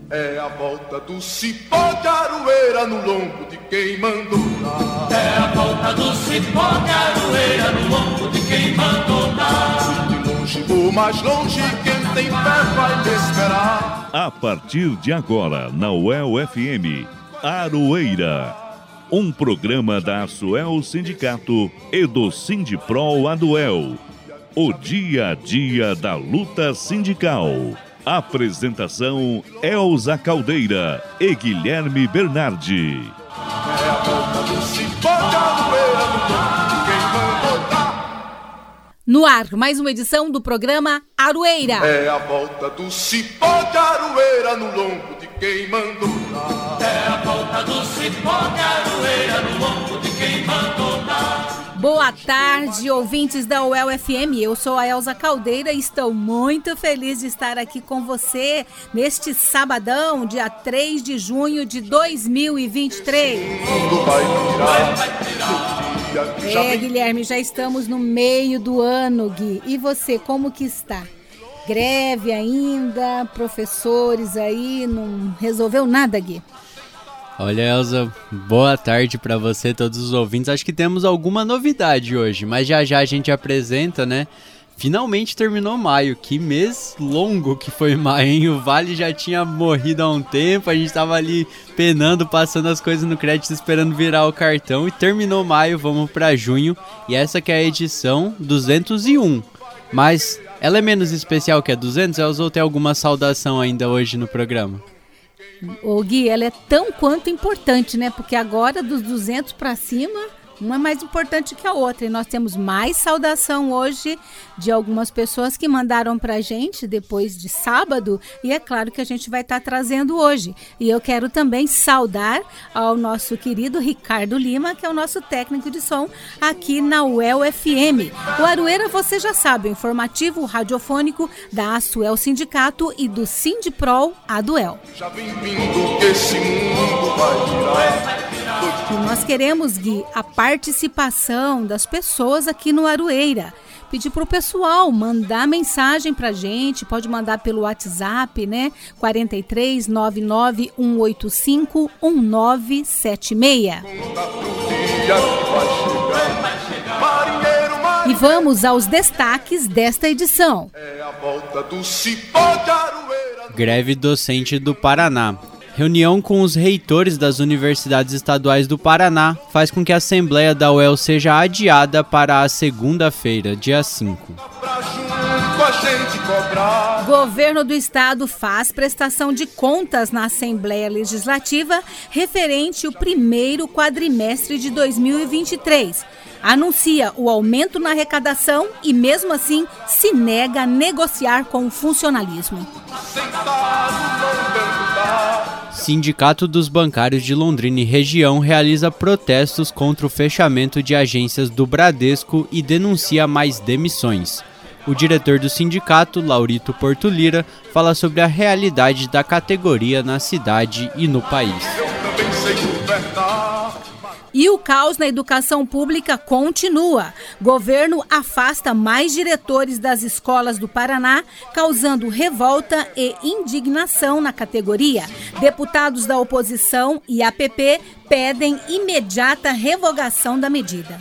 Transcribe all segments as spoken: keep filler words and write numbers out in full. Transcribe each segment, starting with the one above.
É a volta do cipó de aroeira no lombo de quem mandou dar. É a volta do cipó de aroeira no lombo de quem mandou dar. De longe ou mais longe, quem tem fé vai me esperar. A partir de agora, na U E L F M, Aroeira. Um programa da Asuel Sindicato e do Sindiprol Aduel. O dia a dia da luta sindical. Apresentação Elza Caldeira e Guilherme Bernardi. É a volta do cipó de aroeira no lombo de quem mandou dar. No ar, mais uma edição do programa Aroeira. É a volta do cipó de aroeira no lombo de quem mandou dar. É a volta do cipó de aroeira no lombo de quem mandou dar. Boa tarde, ouvintes da U E L F M. Eu sou a Elza Caldeira e estou muito feliz de estar aqui com você neste sabadão, dia três de junho de dois mil e vinte e três. É, Guilherme, já estamos no meio do ano, Gui. E você, como que está? Greve ainda? Professores aí? Não resolveu nada, Gui? Olha, Elza, boa tarde para você, todos os ouvintes. Acho que temos alguma novidade hoje, mas já já a gente apresenta, né? Finalmente terminou maio, que mês longo que foi maio, hein? O Vale já tinha morrido há um tempo, a gente tava ali penando, passando as coisas no crédito, esperando virar o cartão. E terminou maio, vamos para junho, e essa que é a edição duzentos e um. Mas ela é menos especial que a duzentos, Elza, ou tem alguma saudação ainda hoje no programa? Ô Gui, ela é tão quanto importante, né? Porque agora dos duzentos para cima, uma é mais importante que a outra. E nós temos mais saudação hoje de algumas pessoas que mandaram pra gente depois de sábado. E é claro que a gente vai estar trazendo hoje. E eu quero também saudar ao nosso querido Ricardo Lima, que é o nosso técnico de som aqui na U E L F M. O Aroeira, você já sabe, o informativo radiofônico da Asuel Sindicato e do Sindiprol Aduel. Já vem vindo que esse mundo vai virar. E nós queremos, Gui, a participação das pessoas aqui no Aroeira. Pedir para o pessoal mandar mensagem para a gente, pode mandar pelo WhatsApp, né? quatro três nove nove um oito cinco um nove sete seis. E vamos aos destaques desta edição. É a volta do cipó de aroeira. Greve docente do Paraná. Reunião com os reitores das universidades estaduais do Paraná faz com que a Assembleia da U E L seja adiada para a segunda-feira, dia cinco. Governo do Estado faz prestação de contas na Assembleia Legislativa referente ao primeiro quadrimestre de dois mil e vinte e três. Anuncia o aumento na arrecadação e, mesmo assim, se nega a negociar com o funcionalismo. Sindicato dos Bancários de Londrina e região realiza protestos contra o fechamento de agências do Bradesco e denuncia mais demissões. O diretor do sindicato, Laurito Portulira, fala sobre a realidade da categoria na cidade e no país. E o caos na educação pública continua. Governo afasta mais diretores das escolas do Paraná, causando revolta e indignação na categoria. Deputados da oposição e A P P pedem imediata revogação da medida.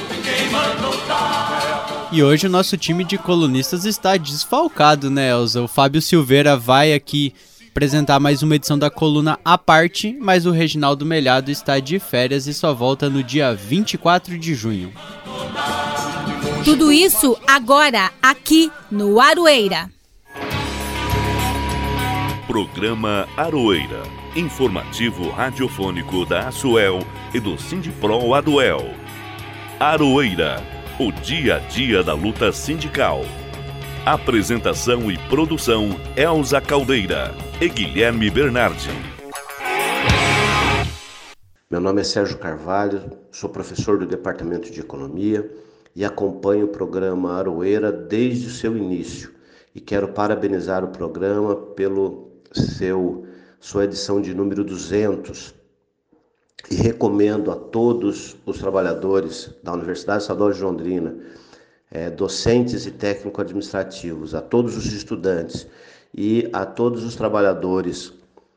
E hoje o nosso time de colunistas está desfalcado, né, Elza? O Fábio Silveira vai aqui apresentar mais uma edição da coluna à parte, mas o Reginaldo Melhado está de férias e só volta no dia vinte e quatro de junho. Tudo isso agora, aqui no Aroeira. Programa Aroeira, informativo radiofônico da Asuel e do Sindiprol Aduel. Aroeira, o dia a dia da luta sindical. Apresentação e produção Elza Caldeira e Guilherme Bernardi. Meu nome é Sérgio Carvalho, sou professor do Departamento de Economia e acompanho o programa Aroeira desde o seu início. E quero parabenizar o programa pelo seu sua edição de número duzentos. E recomendo a todos os trabalhadores da Universidade Estadual de Londrina, É, docentes e técnico-administrativos, a todos os estudantes e a todos os trabalhadores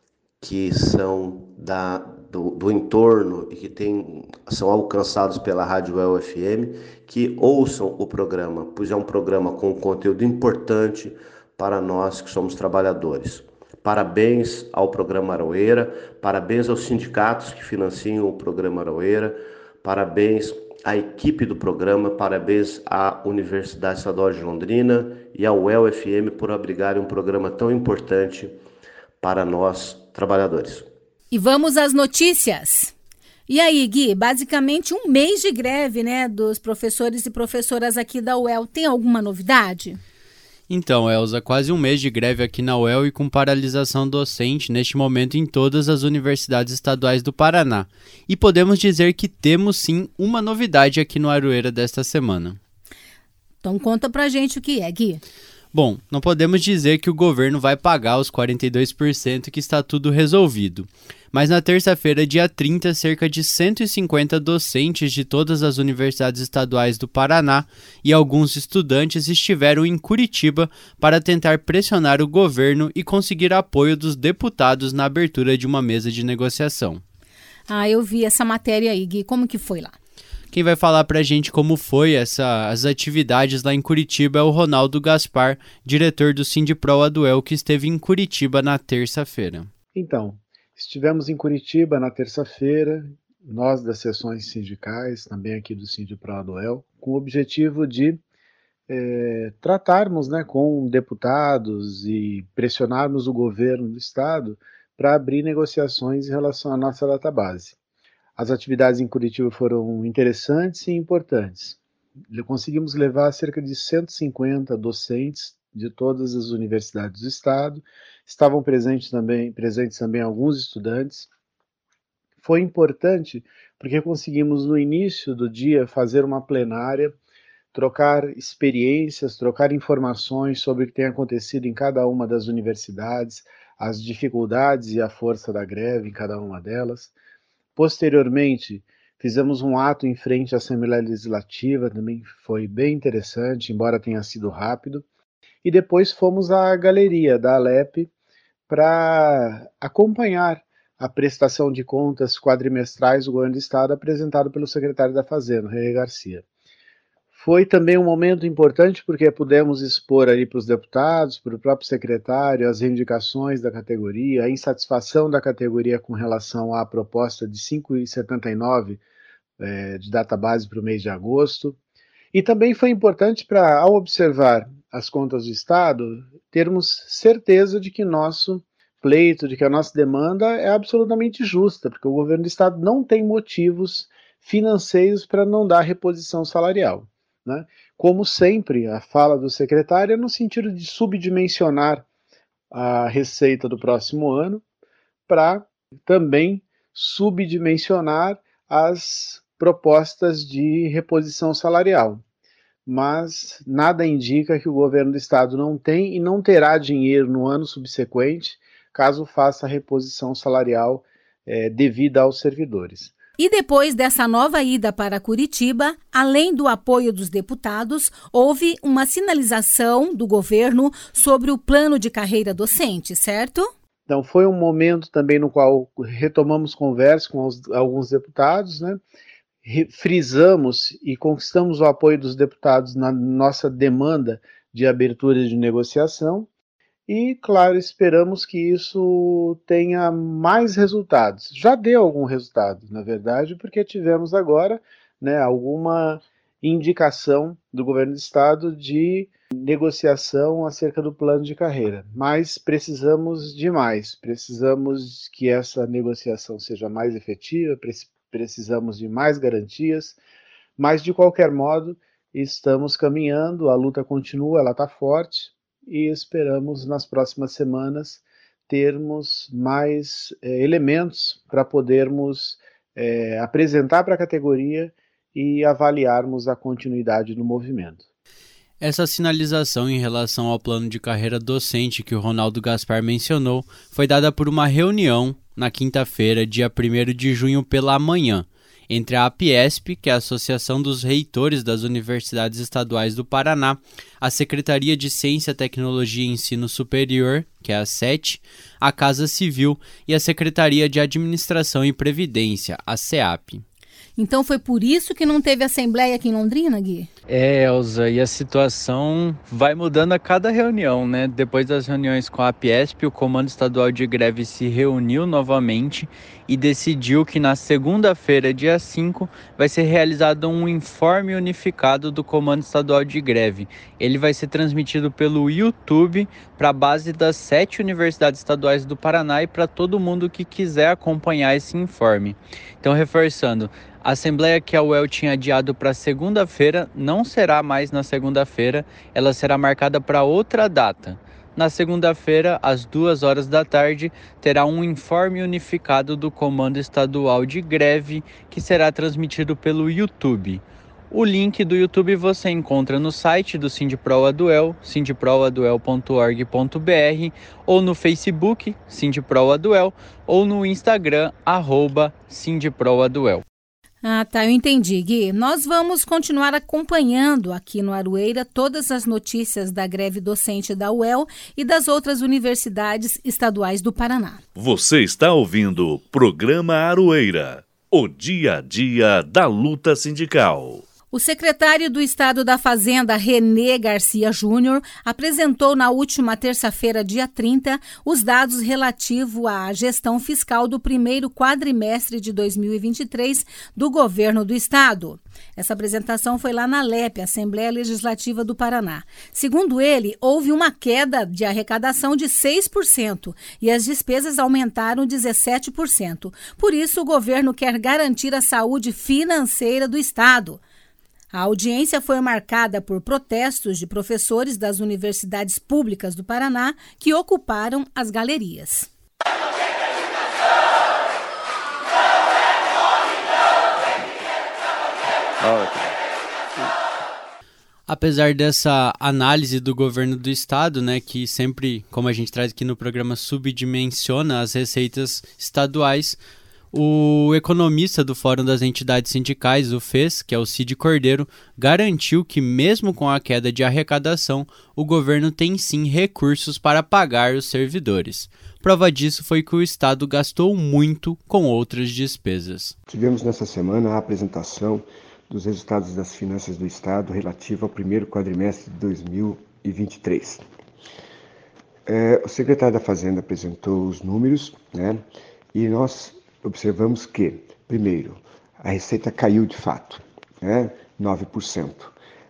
que são da, do, do entorno e que tem, são alcançados pela Rádio U E L F M, que ouçam o programa, pois é um programa com conteúdo importante para nós que somos trabalhadores. Parabéns ao programa Aroeira, parabéns aos sindicatos que financiam o programa Aroeira, parabéns à equipe do programa, parabéns à Universidade Estadual de Londrina e ao U E L F M por abrigarem um programa tão importante para nós, trabalhadores. E vamos às notícias. E aí, Gui, basicamente um mês de greve, né, dos professores e professoras aqui da U E L. Tem alguma novidade? Então, Elza, quase um mês de greve aqui na U E L e com paralisação docente neste momento em todas as universidades estaduais do Paraná. E podemos dizer que temos sim uma novidade aqui no Aroeira desta semana. Então conta pra gente o que é, Gui. Bom, não podemos dizer que o governo vai pagar os quarenta e dois por cento que está tudo resolvido. Mas na terça-feira, dia trinta, cerca de cento e cinquenta docentes de todas as universidades estaduais do Paraná e alguns estudantes estiveram em Curitiba para tentar pressionar o governo e conseguir apoio dos deputados na abertura de uma mesa de negociação. Ah, eu vi essa matéria aí, Gui. Como que foi lá? Quem vai falar pra gente como foi essa, as atividades lá em Curitiba é o Ronaldo Gaspar, diretor do Sindipro Aduel, que esteve em Curitiba na terça-feira. Então, estivemos em Curitiba na terça-feira, nós das seções sindicais, também aqui do Sindipro Aduel, com o objetivo de é, tratarmos, né, com deputados e pressionarmos o governo do estado para abrir negociações em relação à nossa database. As atividades em Curitiba foram interessantes e importantes. Conseguimos levar cerca de cento e cinquenta docentes de todas as universidades do estado. Estavam presentes também, presentes também alguns estudantes. Foi importante porque conseguimos no início do dia fazer uma plenária, trocar experiências, trocar informações sobre o que tem acontecido em cada uma das universidades, as dificuldades e a força da greve em cada uma delas. Posteriormente, fizemos um ato em frente à Assembleia Legislativa, também foi bem interessante, embora tenha sido rápido. E depois fomos à galeria da Alep para acompanhar a prestação de contas quadrimestrais do governo do estado apresentado pelo secretário da Fazenda, René Garcia. Foi também um momento importante porque pudemos expor ali para os deputados, para o próprio secretário, as reivindicações da categoria, a insatisfação da categoria com relação à proposta de cinco vírgula setenta e nove é, de database para o mês de agosto. E também foi importante para, ao observar as contas do Estado, termos certeza de que nosso pleito, de que a nossa demanda é absolutamente justa, porque o governo do Estado não tem motivos financeiros para não dar reposição salarial. Né? Como sempre, a fala do secretário é no sentido de subdimensionar a receita do próximo ano para também subdimensionar as propostas de reposição salarial. Mas nada indica que o governo do estado não tem e não terá dinheiro no ano subsequente, caso faça a reposição salarial é, devida aos servidores. E depois dessa nova ida para Curitiba, além do apoio dos deputados, houve uma sinalização do governo sobre o plano de carreira docente, certo? Então foi um momento também no qual retomamos conversa com os, alguns deputados, né? Frisamos e conquistamos o apoio dos deputados na nossa demanda de abertura de negociação. E, claro, esperamos que isso tenha mais resultados. Já deu algum resultado, na verdade, porque tivemos agora, né, alguma indicação do governo do estado de negociação acerca do plano de carreira. Mas precisamos de mais, precisamos que essa negociação seja mais efetiva, precisamos de mais garantias, mas, de qualquer modo, estamos caminhando, a luta continua, ela está forte, e esperamos nas próximas semanas termos mais é, elementos para podermos é, apresentar para a categoria e avaliarmos a continuidade do movimento. Essa sinalização em relação ao plano de carreira docente que o Ronaldo Gaspar mencionou foi dada por uma reunião na quinta-feira, dia primeiro de junho, pela manhã, entre a APIESP, que é a Associação dos Reitores das Universidades Estaduais do Paraná, a Secretaria de Ciência, Tecnologia e Ensino Superior, que é a SET, a Casa Civil e a Secretaria de Administração e Previdência, a SEAP. Então foi por isso que não teve assembleia aqui em Londrina, Gui? É, Elza, e a situação vai mudando a cada reunião, né? Depois das reuniões com a APIESP, o Comando Estadual de Greve se reuniu novamente e decidiu que na segunda-feira, dia cinco, vai ser realizado um informe unificado do Comando Estadual de Greve. Ele vai ser transmitido pelo YouTube para a base das sete universidades estaduais do Paraná e para todo mundo que quiser acompanhar esse informe. Então, reforçando, a assembleia que a U E L tinha adiado para segunda-feira não será mais na segunda-feira, ela será marcada para outra data. Na segunda-feira, às duas horas da tarde, terá um informe unificado do Comando Estadual de Greve que será transmitido pelo YouTube. O link do YouTube você encontra no site do Sindipro-Aduel, sindipro-aduel ponto org ponto br, ou no Facebook, Sindipro-Aduel, ou no Instagram, arroba Sindipro-Aduel. Ah, tá, eu entendi, Gui. Nós vamos continuar acompanhando aqui no Aroeira todas as notícias da greve docente da U E L e das outras universidades estaduais do Paraná. Você está ouvindo o programa Aroeira, o dia a dia da luta sindical. O secretário do Estado da Fazenda, Renê Garcia Júnior, apresentou na última terça-feira, dia trinta, os dados relativos à gestão fiscal do primeiro quadrimestre de dois mil e vinte e três do governo do Estado. Essa apresentação foi lá na LEP, Assembleia Legislativa do Paraná. Segundo ele, houve uma queda de arrecadação de seis por cento e as despesas aumentaram dezessete por cento. Por isso, o governo quer garantir a saúde financeira do Estado. A audiência foi marcada por protestos de professores das universidades públicas do Paraná que ocuparam as galerias. Apesar dessa análise do governo do estado, né, que sempre, como a gente traz aqui no programa, subdimensiona as receitas estaduais, o economista do Fórum das Entidades Sindicais, o F E S, que é o Cid Cordeiro, garantiu que mesmo com a queda de arrecadação, o governo tem sim recursos para pagar os servidores. Prova disso foi que o Estado gastou muito com outras despesas. Tivemos nessa semana a apresentação dos resultados das finanças do Estado relativo ao primeiro quadrimestre de dois mil e vinte e três. É, o secretário da Fazenda apresentou os números, né, e nós observamos que, primeiro, a receita caiu de fato, né, nove por cento,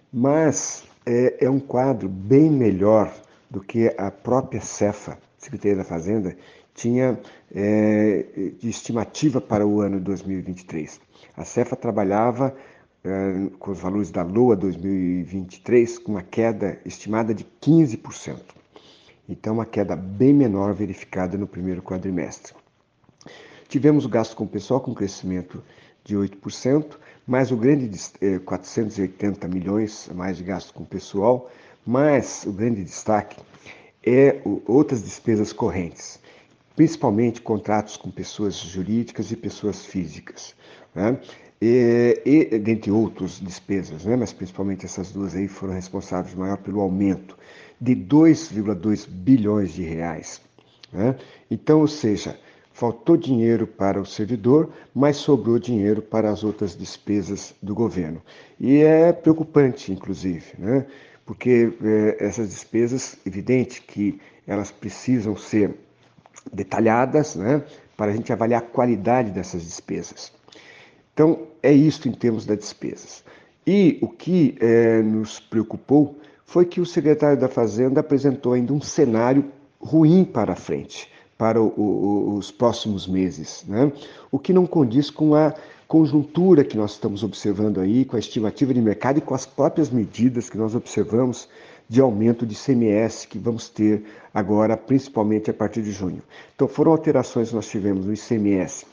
mas é, é um quadro bem melhor do que a própria Cefa, Secretaria da Fazenda, tinha é, de estimativa para o ano dois mil e vinte e três. A Cefa trabalhava é, com os valores da LOA dois mil e vinte e três com uma queda estimada de quinze por cento. Então, uma queda bem menor verificada no primeiro quadrimestre. Tivemos o gasto com o pessoal com crescimento de oito por cento, mais o grande eh, quatrocentos e oitenta milhões a mais de gasto com o pessoal, mas o grande destaque é o, outras despesas correntes, principalmente contratos com pessoas jurídicas e pessoas físicas, né? E, e dentre outras despesas, né? Mas principalmente essas duas aí foram responsáveis maior pelo aumento de dois vírgula dois bilhões de reais, né? Então, ou seja, faltou dinheiro para o servidor, mas sobrou dinheiro para as outras despesas do governo. E é preocupante, inclusive, né? Porque é, essas despesas, evidente que elas precisam ser detalhadas, né? Para a gente avaliar a qualidade dessas despesas. Então, é isso em termos das despesas. E o que é, nos preocupou foi que o secretário da Fazenda apresentou ainda um cenário ruim para a frente, para o, o, os próximos meses, né? O que não condiz com a conjuntura que nós estamos observando aí, com a estimativa de mercado e com as próprias medidas que nós observamos de aumento de I C M S que vamos ter agora, principalmente a partir de junho. Então, foram alterações que nós tivemos no I C M S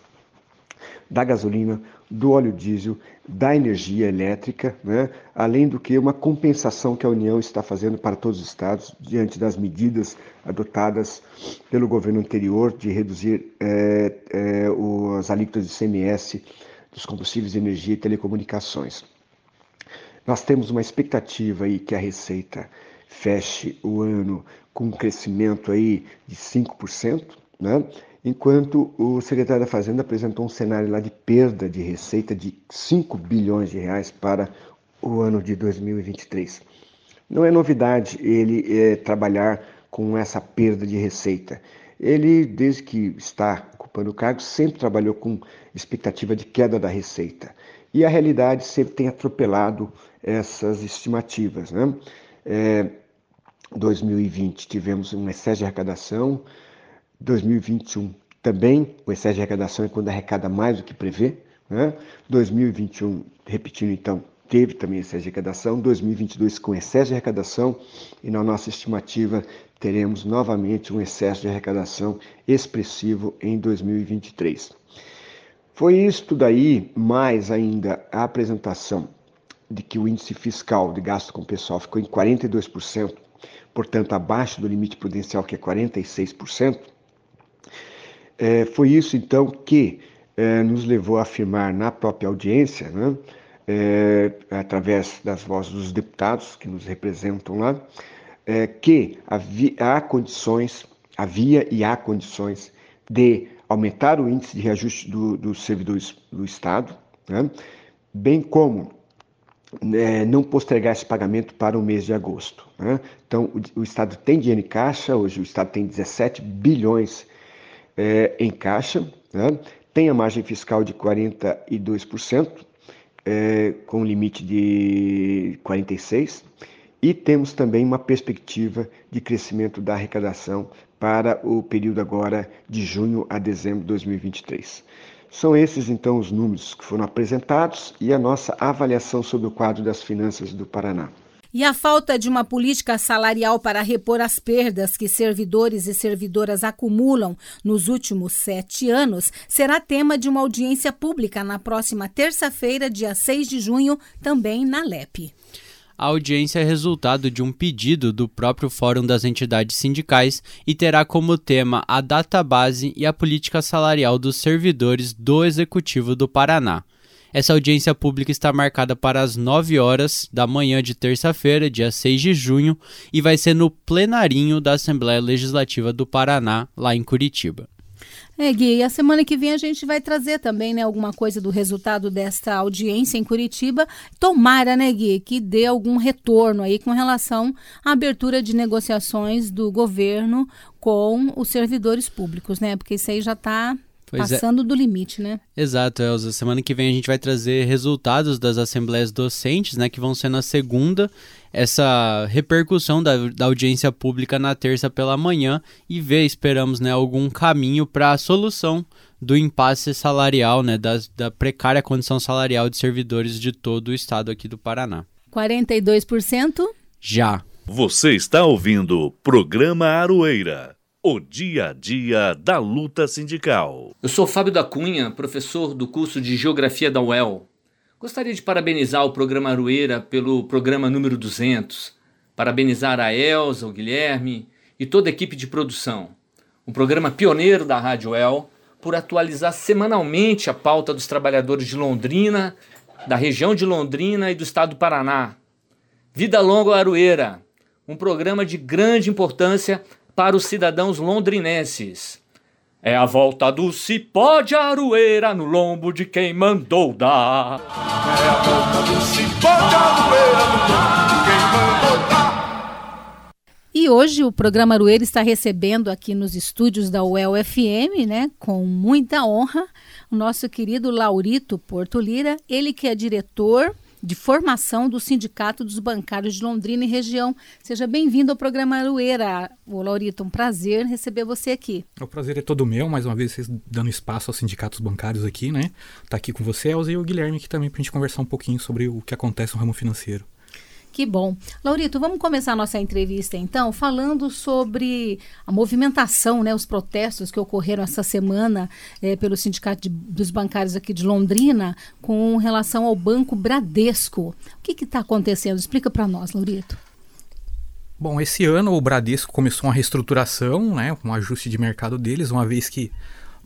da gasolina, do óleo diesel, da energia elétrica, né? Além do que uma compensação que a União está fazendo para todos os estados, diante das medidas adotadas pelo governo anterior de reduzir é, é, as alíquotas de I C M S dos combustíveis de energia e telecomunicações. Nós temos uma expectativa aí que a Receita feche o ano com um crescimento aí de cinco por cento, né? Enquanto o secretário da Fazenda apresentou um cenário lá de perda de receita de cinco bilhões de reais para o ano de dois mil e vinte e três. Não é novidade ele é, trabalhar com essa perda de receita. Ele, desde que está ocupando o cargo, sempre trabalhou com expectativa de queda da receita. E a realidade sempre tem atropelado essas estimativas, né? É, dois mil e vinte tivemos um excesso de arrecadação, dois mil e vinte e um também, o excesso de arrecadação é quando arrecada mais do que prevê, né? dois mil e vinte e um, repetindo então, teve também excesso de arrecadação, dois mil e vinte e dois com excesso de arrecadação e na nossa estimativa teremos novamente um excesso de arrecadação expressivo em dois mil e vinte e três. Foi isto daí, mais ainda a apresentação de que o índice fiscal de gasto com pessoal ficou em quarenta e dois por cento, portanto abaixo do limite prudencial que é quarenta e seis por cento, é, foi isso então que é, nos levou a afirmar na própria audiência, né, é, através das vozes dos deputados que nos representam lá, é, que havia, há condições, havia e há condições de aumentar o índice de reajuste do, dos servidores do Estado, né, bem como É, não postergar esse pagamento para o mês de agosto, né? Então, o, o Estado tem dinheiro em caixa, hoje o Estado tem dezessete bilhões é, em caixa, né? Tem a margem fiscal de quarenta e dois por cento, é, com limite de quarenta e seis por cento, e temos também uma perspectiva de crescimento da arrecadação para o período agora de junho a dezembro de dois mil e vinte e três. São esses, então, os números que foram apresentados e a nossa avaliação sobre o quadro das finanças do Paraná. E a falta de uma política salarial para repor as perdas que servidores e servidoras acumulam nos últimos sete anos será tema de uma audiência pública na próxima terça-feira, dia seis de junho, também na L E P. A audiência é resultado de um pedido do próprio Fórum das Entidades Sindicais e terá como tema a database e a política salarial dos servidores do Executivo do Paraná. Essa audiência pública está marcada para as nove horas da manhã de terça-feira, dia seis de junho, e vai ser no plenarinho da Assembleia Legislativa do Paraná, lá em Curitiba. É, Gui, e a semana que vem a gente vai trazer também, né, alguma coisa do resultado desta audiência em Curitiba. Tomara, né, Gui, que dê algum retorno aí com relação à abertura de negociações do governo com os servidores públicos, né? Porque isso aí já está passando é. do limite, né? Exato, Elza. Semana que vem a gente vai trazer resultados das assembleias docentes, né, que vão ser na segunda, essa repercussão da, da audiência pública na terça pela manhã e ver, esperamos, né, algum caminho para a solução do impasse salarial, né, da, da precária condição salarial de servidores de todo o estado aqui do Paraná. quarenta e dois por cento? Já. Você está ouvindo o programa Aroeira, o dia a dia da luta sindical. Eu sou Fábio da Cunha, professor do curso de Geografia da U E L. Gostaria de parabenizar o programa Aroeira pelo programa número duzentos. Parabenizar a Elza, o Guilherme e toda a equipe de produção. Um programa pioneiro da Rádio U E L por atualizar semanalmente a pauta dos trabalhadores de Londrina, da região de Londrina e do estado do Paraná. Vida longa Aroeira, um programa de grande importância para os cidadãos londrinenses. É a volta do cipó de Aroeira no lombo de quem mandou dar. É a volta do cipó de Aroeira no lombo de quem mandou dar. E hoje o programa Aroeira está recebendo aqui nos estúdios da U E L F M, né, com muita honra, o nosso querido Laurito Porto Lira, ele que é diretor de formação do Sindicato dos Bancários de Londrina e região. Seja bem-vindo ao programa Aroeira. Ô, Laurito, um prazer receber você aqui. O prazer é todo meu, mais uma vez vocês dando espaço aos sindicatos bancários aqui, né? Tá aqui com você, Elza, e o Guilherme aqui também pra gente conversar um pouquinho sobre o que acontece no ramo financeiro. Que bom. Laurito, vamos começar a nossa entrevista então falando sobre a movimentação, né, os protestos que ocorreram essa semana é, pelo Sindicato de, dos Bancários aqui de Londrina com relação ao Banco Bradesco. O que está acontecendo? Explica para nós, Laurito. Bom, esse ano o Bradesco começou uma reestruturação, né, um ajuste de mercado deles, uma vez que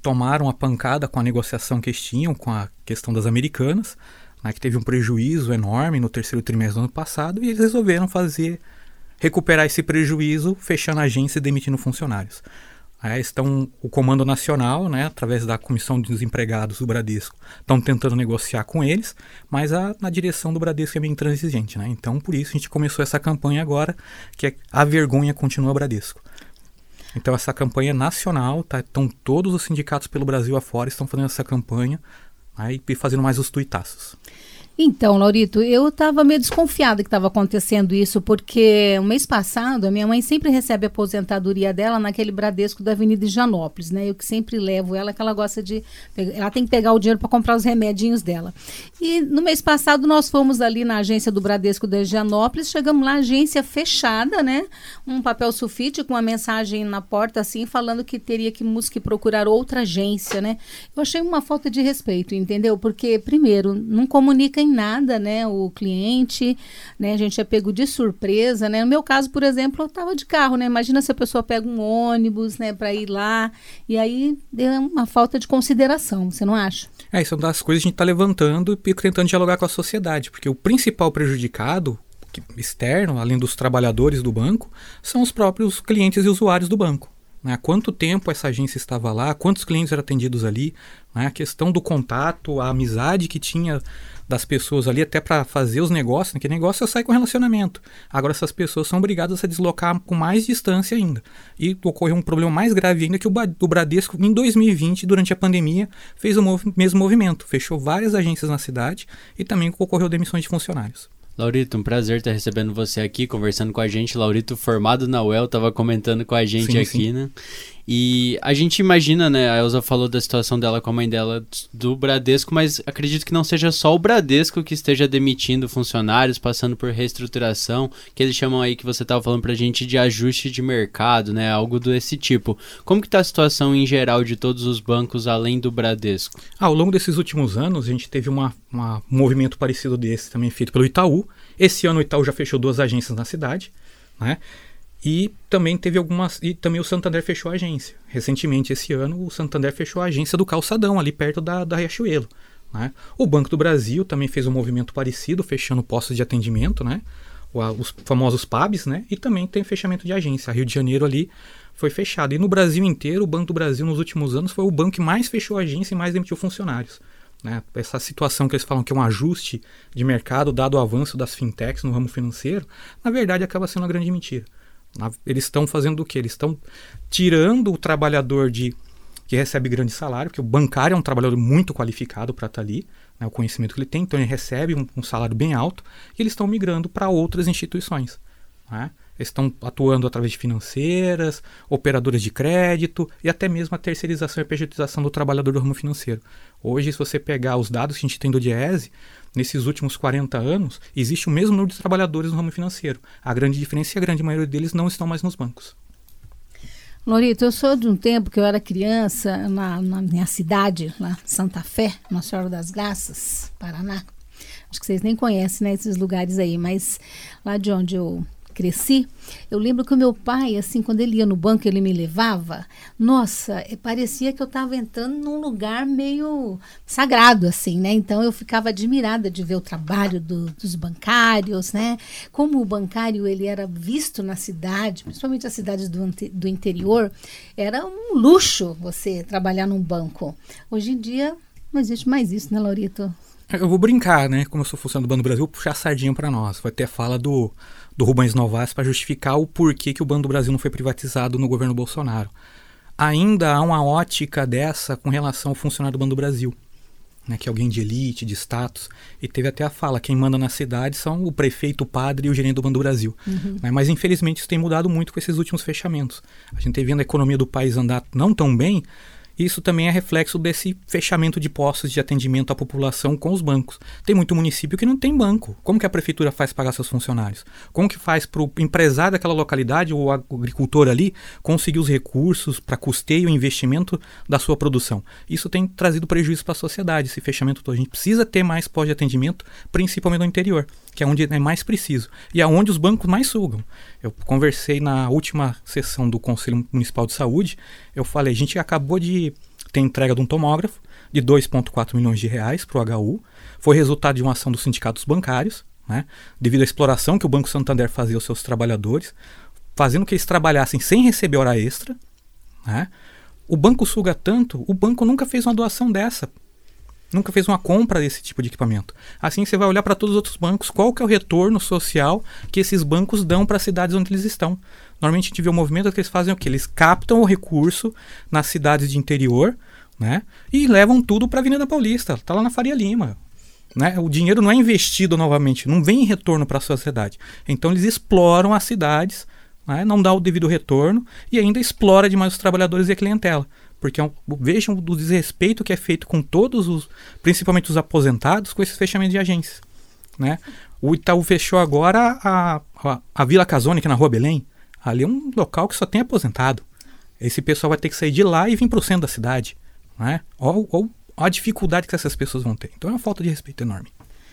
tomaram a pancada com a negociação que eles tinham com a questão das Americanas, né, que teve um prejuízo enorme no terceiro trimestre do ano passado, e eles resolveram fazer, recuperar esse prejuízo, fechando a agência e demitindo funcionários. É, estão, o Comando Nacional, né, através da Comissão de Desempregados do Bradesco, estão tentando negociar com eles, mas a, na direção do Bradesco é bem intransigente, né? Então, por isso, a gente começou essa campanha agora, que é A Vergonha Continua Bradesco. Então, essa campanha é nacional, tá? Então, todos os sindicatos pelo Brasil afora estão fazendo essa campanha, né, e fazendo mais os tuitaços. Então, Laurito, eu estava meio desconfiada que estava acontecendo isso, porque o mês passado a minha mãe sempre recebe a aposentadoria dela naquele Bradesco da Avenida Higienópolis, né? Eu que sempre levo ela, que ela gosta de... Ela tem que pegar o dinheiro para comprar os remedinhos dela. E no mês passado nós fomos ali na agência do Bradesco da Higienópolis, chegamos lá, agência fechada, né? Um papel sulfite com uma mensagem na porta, assim, falando que teria que, que procurar outra agência, né? Eu achei uma falta de respeito, entendeu? Porque, primeiro, não comunica em nada, né, o cliente, né, a gente é pego de surpresa, né, no meu caso, por exemplo, eu estava de carro, né, imagina se a pessoa pega um ônibus, né, para ir lá, e aí deu uma falta de consideração, você não acha? É, isso é uma das coisas que a gente está levantando e tentando dialogar com a sociedade, porque o principal prejudicado externo, além dos trabalhadores do banco, são os próprios clientes e usuários do banco. Há quanto tempo essa agência estava lá, quantos clientes eram atendidos ali, né? A questão do contato, a amizade que tinha das pessoas ali até para fazer os negócios, né? Que negócio é sair com relacionamento. Agora essas pessoas são obrigadas a se deslocar com mais distância ainda. E ocorreu um problema mais grave ainda, que o Bradesco em dois mil e vinte, durante a pandemia, fez o mov- mesmo movimento, fechou várias agências na cidade e também ocorreu demissões de funcionários. Laurito, um prazer estar recebendo você aqui, conversando com a gente. Laurito, formado na U E L, estava comentando com a gente sim, aqui, sim. né? E a gente imagina, né, a Elza falou da situação dela com a mãe dela do Bradesco, mas acredito que não seja só o Bradesco que esteja demitindo funcionários, passando por reestruturação, que eles chamam aí, que você estava falando pra gente, de ajuste de mercado, né, algo desse tipo. Como que tá a situação em geral de todos os bancos, além do Bradesco? Ah, ao longo desses últimos anos, a gente teve uma, uma, um movimento parecido desse também feito pelo Itaú. Esse ano o Itaú já fechou duas agências na cidade, né? E também teve algumas. E também o Santander fechou a agência. Recentemente, esse ano, o Santander fechou a agência do Calçadão, ali perto da, da Riachuelo, né? O Banco do Brasil também fez um movimento parecido, fechando postos de atendimento, né? Os famosos P A Bs, né? E também tem fechamento de agência. A Rio de Janeiro ali foi fechado. E no Brasil inteiro, o Banco do Brasil, nos últimos anos, foi o banco que mais fechou a agência e mais demitiu funcionários. Né? Essa situação que eles falam que é um ajuste de mercado, dado o avanço das fintechs no ramo financeiro, na verdade acaba sendo uma grande mentira. Eles estão fazendo o quê? Eles estão tirando o trabalhador de, que recebe grande salário, porque o bancário é um trabalhador muito qualificado para estar ali, né, o conhecimento que ele tem, então ele recebe um, um salário bem alto, e eles estão migrando para outras instituições. Né? Eles estão atuando através de financeiras, operadoras de crédito e até mesmo a terceirização e a pejotização do trabalhador do ramo financeiro. Hoje, se você pegar os dados que a gente tem do Diese, nesses últimos quarenta anos, existe o mesmo número de trabalhadores no ramo financeiro. A grande diferença é que a grande maioria deles não estão mais nos bancos. Laurito, eu sou de um tempo que eu era criança na, na minha cidade, lá Santa Fé, Nossa Senhora das Graças, Paraná. Acho que vocês nem conhecem, né, esses lugares aí, mas lá de onde eu cresci, eu lembro que o meu pai, assim, quando ele ia no banco, ele me levava, nossa, parecia que eu estava entrando num lugar meio sagrado, assim, né? Então eu ficava admirada de ver o trabalho do, dos bancários, né? Como o bancário, ele era visto na cidade, principalmente as cidades do, do interior, era um luxo você trabalhar num banco. Hoje em dia, não existe mais isso, né, Laurito? Eu vou brincar, né? Como eu sou funcionário do Banco do Brasil, vou puxar a sardinha para nós. Vai ter a fala do, do Rubens Novas para justificar o porquê que o Banco do Brasil não foi privatizado no governo Bolsonaro. Ainda há uma ótica dessa com relação ao funcionário do Banco do Brasil, né? Que é alguém de elite, de status. E teve até a fala, quem manda na cidade são o prefeito, o padre e o gerente do Banco do Brasil. Uhum. Né? Mas infelizmente isso tem mudado muito com esses últimos fechamentos. A gente tem vendo a economia do país andar não tão bem. Isso também é reflexo desse fechamento de postos de atendimento à população com os bancos. Tem muito município que não tem banco. Como que a prefeitura faz pagar seus funcionários? Como que faz para o empresário daquela localidade ou o agricultor ali conseguir os recursos para custeio e investimento da sua produção? Isso tem trazido prejuízo para a sociedade, esse fechamento todo. A gente precisa ter mais postos de atendimento, principalmente no interior, que é onde é mais preciso e é onde os bancos mais sugam. Eu conversei na última sessão do Conselho Municipal de Saúde, eu falei, a gente acabou de tem entrega de um tomógrafo de dois vírgula quatro milhões de reais para o H U. Foi resultado de uma ação dos sindicatos bancários, né, devido à exploração que o Banco Santander fazia aos seus trabalhadores, fazendo que eles trabalhassem sem receber hora extra. Né. O banco suga tanto, o banco nunca fez uma doação dessa. Nunca fez uma compra desse tipo de equipamento. Assim você vai olhar para todos os outros bancos, qual que é o retorno social que esses bancos dão para as cidades onde eles estão. Normalmente a gente vê o movimento que eles fazem o quê? Eles captam o recurso nas cidades de interior, né, e levam tudo para a Avenida Paulista, está lá na Faria Lima. Né? O dinheiro não é investido novamente, não vem em retorno para a sociedade. Então eles exploram as cidades, né, não dá o devido retorno e ainda explora demais os trabalhadores e a clientela. Porque é um, vejam o desrespeito que é feito com todos os, principalmente os aposentados, com esses fechamentos de agências. Né? O Itaú fechou agora a, a, a Vila Casone, que é na Rua Belém. Ali é um local que só tem aposentado. Esse pessoal vai ter que sair de lá e vir para o centro da cidade. Né? Ou, ou a dificuldade que essas pessoas vão ter. Então é uma falta de respeito enorme.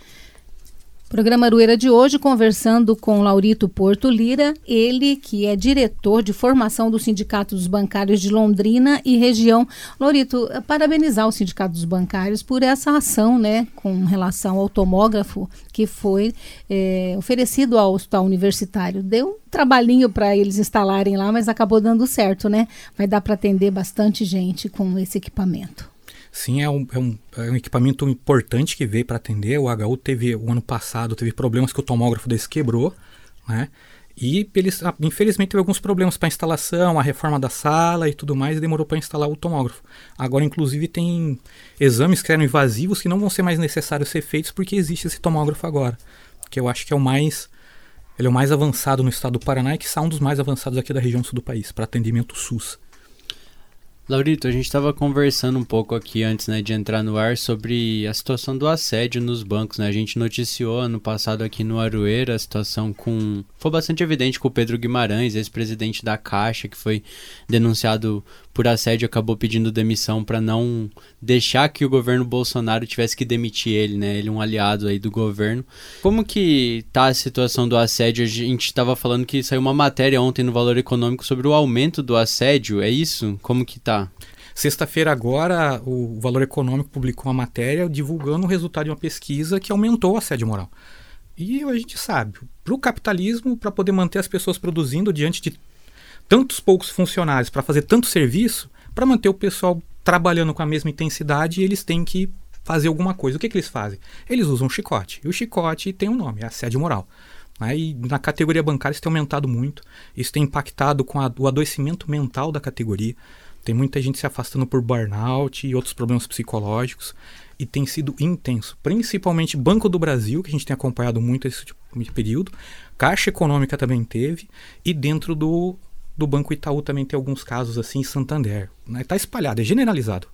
Programa Aroeira de hoje, conversando com Laurito Porto Lira, ele que é diretor de formação do Sindicato dos Bancários de Londrina e região. Laurito, parabenizar o Sindicato dos Bancários por essa ação, né, com relação ao tomógrafo que foi é, oferecido ao Hospital Universitário. Deu um trabalhinho para eles instalarem lá, mas acabou dando certo, né? Vai dar para atender bastante gente com esse equipamento. Sim, é um, é, um, é um equipamento importante que veio para atender. O H U teve, o ano passado, teve problemas que o tomógrafo desse quebrou, né? E eles, infelizmente, teve alguns problemas para instalação, a reforma da sala e tudo mais, e demorou para instalar o tomógrafo. Agora, inclusive, tem exames que eram invasivos que não vão ser mais necessários ser feitos porque existe esse tomógrafo agora, que eu acho que é o mais, ele é o mais avançado no estado do Paraná e que são um dos mais avançados aqui da região sul do país, para atendimento SUS. Laurito, a gente estava conversando um pouco aqui antes, né, de entrar no ar sobre a situação do assédio nos bancos, né? A gente noticiou ano passado aqui no Aroeira a situação com... Foi bastante evidente com o Pedro Guimarães, ex-presidente da Caixa, que foi denunciado por assédio, acabou pedindo demissão para não deixar que o governo Bolsonaro tivesse que demitir ele, né? Ele é um aliado aí do governo. Como que tá a situação do assédio? A gente estava falando que saiu uma matéria ontem no Valor Econômico sobre o aumento do assédio, é isso? Como que tá? Sexta-feira agora, o Valor Econômico publicou uma matéria divulgando o resultado de uma pesquisa que aumentou o assédio moral. E a gente sabe, para o capitalismo, para poder manter as pessoas produzindo diante de tantos poucos funcionários, para fazer tanto serviço, para manter o pessoal trabalhando com a mesma intensidade, eles têm que fazer alguma coisa. O que, que eles fazem? Eles usam chicote. E o chicote tem um nome, é assédio moral. Né? E na categoria bancária isso tem aumentado muito. Isso tem impactado com a, o adoecimento mental da categoria. Tem muita gente se afastando por burnout e outros problemas psicológicos. E tem sido intenso. Principalmente Banco do Brasil, que a gente tem acompanhado muito esse tipo de período. Caixa Econômica também teve. E dentro do, do Banco Itaú também tem alguns casos assim em Santander. Está espalhado, é generalizado.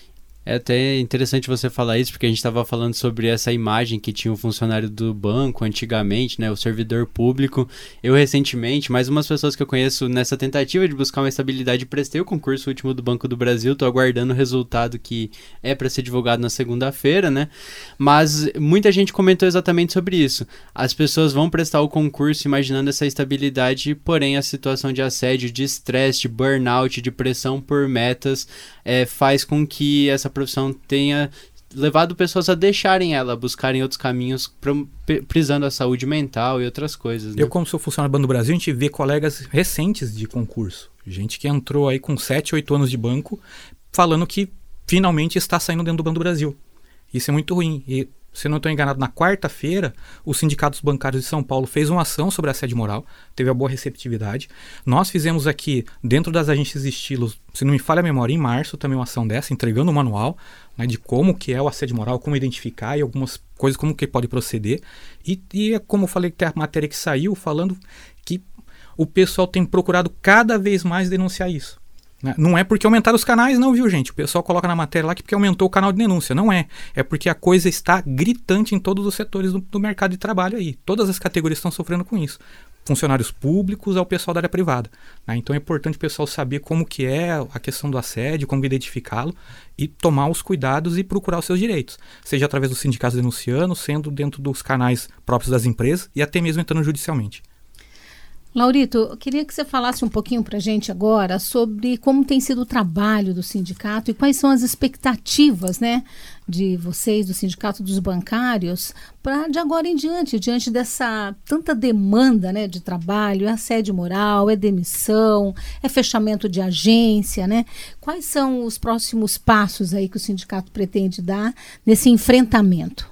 É até interessante você falar isso, porque a gente estava falando sobre essa imagem que tinha o funcionário do banco antigamente, né, o servidor público. Eu recentemente, mais umas pessoas que eu conheço nessa tentativa de buscar uma estabilidade, prestei o concurso último do Banco do Brasil, estou aguardando o resultado que é para ser divulgado na segunda-feira, né? Mas muita gente comentou exatamente sobre isso. As pessoas vão prestar o concurso imaginando essa estabilidade, porém a situação de assédio, de estresse, de burnout, de pressão por metas, é, faz com que essa profissão tenha levado pessoas a deixarem ela, buscarem outros caminhos, prisando a saúde mental e outras coisas. Né? Eu, como sou funcionário do Banco do Brasil, a gente vê colegas recentes de concurso, gente que entrou aí com sete, oito anos de banco, falando que finalmente está saindo dentro do Banco do Brasil. Isso é muito ruim. E, se eu não estou enganado, na quarta-feira, o Sindicato dos Bancários de São Paulo fez uma ação sobre assédio moral, teve uma boa receptividade. Nós fizemos aqui, dentro das agências de estilos, se não me falha a memória, em março, também uma ação dessa, entregando um manual, né, de como que é o assédio moral, como identificar e algumas coisas, como que pode proceder. E, e como eu falei, tem a matéria que saiu falando que o pessoal tem procurado cada vez mais denunciar isso. Não é porque aumentaram os canais, não, viu, gente? O pessoal coloca na matéria lá que porque aumentou o canal de denúncia. Não é. É porque a coisa está gritante em todos os setores do, do mercado de trabalho aí. Todas as categorias estão sofrendo com isso. Funcionários públicos ao pessoal da área privada. Né? Então é importante o pessoal saber como que é a questão do assédio, como identificá-lo e tomar os cuidados e procurar os seus direitos. Seja através dos sindicatos denunciando, sendo dentro dos canais próprios das empresas e até mesmo entrando judicialmente. Laurito, eu queria que você falasse um pouquinho para a gente agora sobre como tem sido o trabalho do sindicato e quais são as expectativas, né, de vocês, do Sindicato dos Bancários, para de agora em diante, diante dessa tanta demanda, né, de trabalho, é assédio moral, é demissão, é fechamento de agência, né? Quais são os próximos passos aí que o sindicato pretende dar nesse enfrentamento?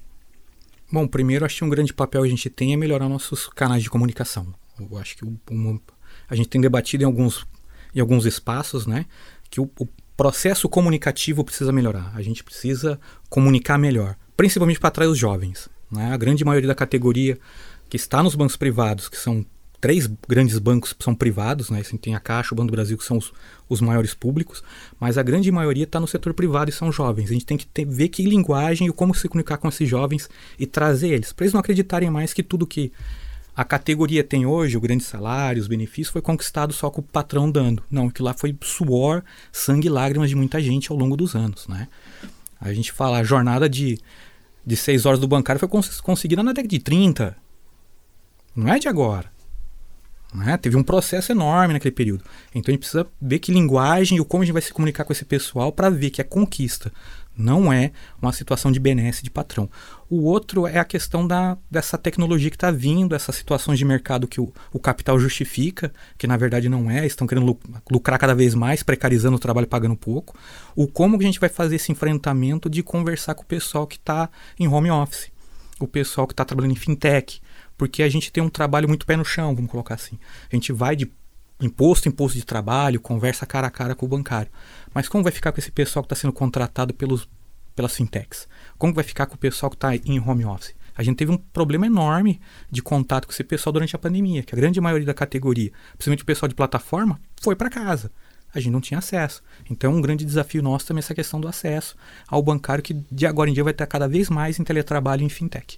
Bom, primeiro, acho que um grande papel que a gente tem é melhorar nossos canais de comunicação. Eu acho que o, um, a gente tem debatido em alguns, em alguns espaços, né, que o, o processo comunicativo precisa melhorar. A gente precisa comunicar melhor, principalmente para atrair os jovens, né? A grande maioria da categoria que está nos bancos privados, que são três grandes bancos que são privados, né? Assim, tem a Caixa, o Banco do Brasil, que são os, os maiores públicos, mas a grande maioria está no setor privado e são jovens. A gente tem que ter, ver que linguagem e como se comunicar com esses jovens e trazer eles, para eles não acreditarem mais que tudo que a categoria tem hoje, o grande salário, os benefícios, foi conquistado só com o patrão dando. Não, aquilo lá foi suor, sangue e lágrimas de muita gente ao longo dos anos, né? A gente fala, a jornada de, de seis horas do bancário foi cons- conseguida na década de trinta. Não é de agora. Né? Teve um processo enorme naquele período. Então a gente precisa ver que linguagem e como a gente vai se comunicar com esse pessoal para ver que é conquista. Não é uma situação de benesse de patrão. O outro é a questão da, dessa tecnologia que está vindo, essas situações de mercado que o, o capital justifica, que na verdade não é, estão querendo lucrar cada vez mais, precarizando o trabalho e pagando pouco. O como que a gente vai fazer esse enfrentamento de conversar com o pessoal que está em home office, o pessoal que está trabalhando em fintech, porque a gente tem um trabalho muito pé no chão, vamos colocar assim. A gente vai de imposto, imposto de trabalho, conversa cara a cara com o bancário. Mas como vai ficar com esse pessoal que está sendo contratado pelos, pelas fintechs? Como vai ficar com o pessoal que está em home office? A gente teve um problema enorme de contato com esse pessoal durante a pandemia, que a grande maioria da categoria, principalmente o pessoal de plataforma, foi para casa. A gente não tinha acesso. Então é um grande desafio nosso também essa questão do acesso ao bancário, que de agora em dia vai estar cada vez mais em teletrabalho e em fintech.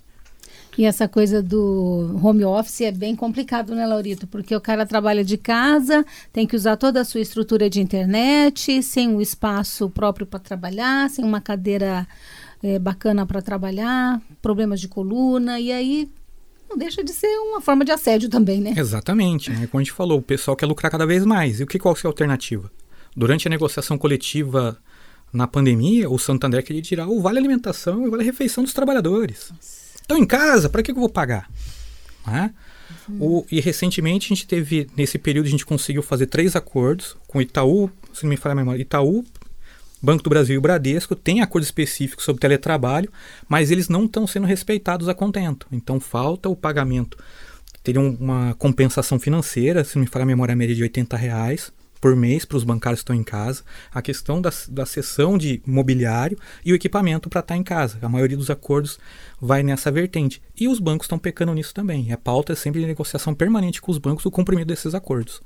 E essa coisa do home office é bem complicado, né, Laurito? Porque o cara trabalha de casa, tem que usar toda a sua estrutura de internet, sem um espaço próprio para trabalhar, sem uma cadeira é, bacana para trabalhar, problemas de coluna, e aí não deixa de ser uma forma de assédio também, né? Exatamente, né? Como a gente falou, o pessoal quer lucrar cada vez mais. E o que, qual é a alternativa? Durante a negociação coletiva na pandemia, o Santander queria tirar o vale alimentação e o vale refeição dos trabalhadores. Nossa. Estão em casa, para que eu vou pagar? Né? Uhum. O, e recentemente a gente teve, nesse período a gente conseguiu fazer três acordos com Itaú, se não me falha a memória, Itaú, Banco do Brasil e o Bradesco, tem acordos específicos sobre teletrabalho, mas eles não estão sendo respeitados a contento. Então falta o pagamento, teria uma compensação financeira, se não me falha a memória, a média de oitenta reais por mês para os bancários que estão em casa, a questão da, da cessão de mobiliário e o equipamento para estar em casa. A maioria dos acordos vai nessa vertente. E os bancos estão pecando nisso também. A pauta é sempre de negociação permanente com os bancos o cumprimento desses acordos.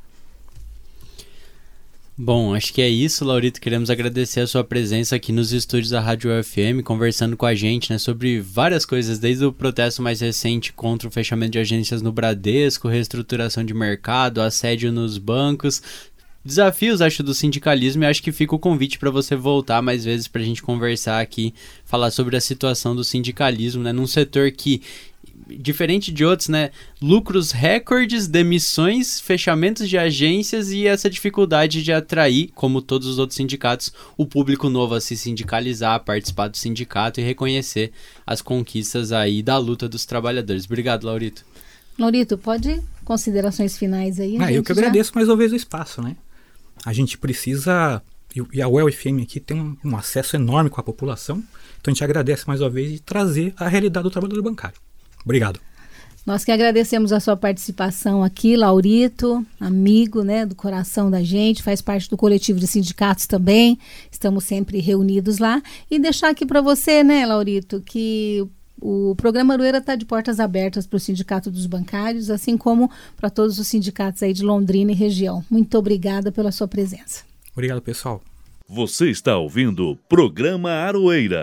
Bom, acho que é isso, Laurito. Queremos agradecer a sua presença aqui nos estúdios da Rádio U F M, conversando com a gente, né, sobre várias coisas, desde o protesto mais recente contra o fechamento de agências no Bradesco, reestruturação de mercado, assédio nos bancos, desafios, acho, do sindicalismo, e acho que fica o convite para você voltar mais vezes para a gente conversar aqui, falar sobre a situação do sindicalismo, né, num setor que, diferente de outros, né, lucros recordes, demissões, fechamentos de agências e essa dificuldade de atrair, como todos os outros sindicatos, o público novo a se sindicalizar, a participar do sindicato e reconhecer as conquistas aí da luta dos trabalhadores. Obrigado, Laurito. Laurito, pode considerações finais aí? Ah, eu que já... agradeço mais uma vez o espaço, né? A gente precisa, e a U E F M aqui tem um, um acesso enorme com a população, então a gente agradece mais uma vez de trazer a realidade do trabalhador bancário. Obrigado. Nós que agradecemos a sua participação aqui, Laurito, amigo, né, do coração da gente, faz parte do coletivo de sindicatos também, estamos sempre reunidos lá, e deixar aqui para você, né, Laurito, que o programa Aroeira está de portas abertas para o Sindicato dos Bancários, assim como para todos os sindicatos aí de Londrina e região. Muito obrigada pela sua presença. Obrigado, pessoal. Você está ouvindo o programa Aroeira,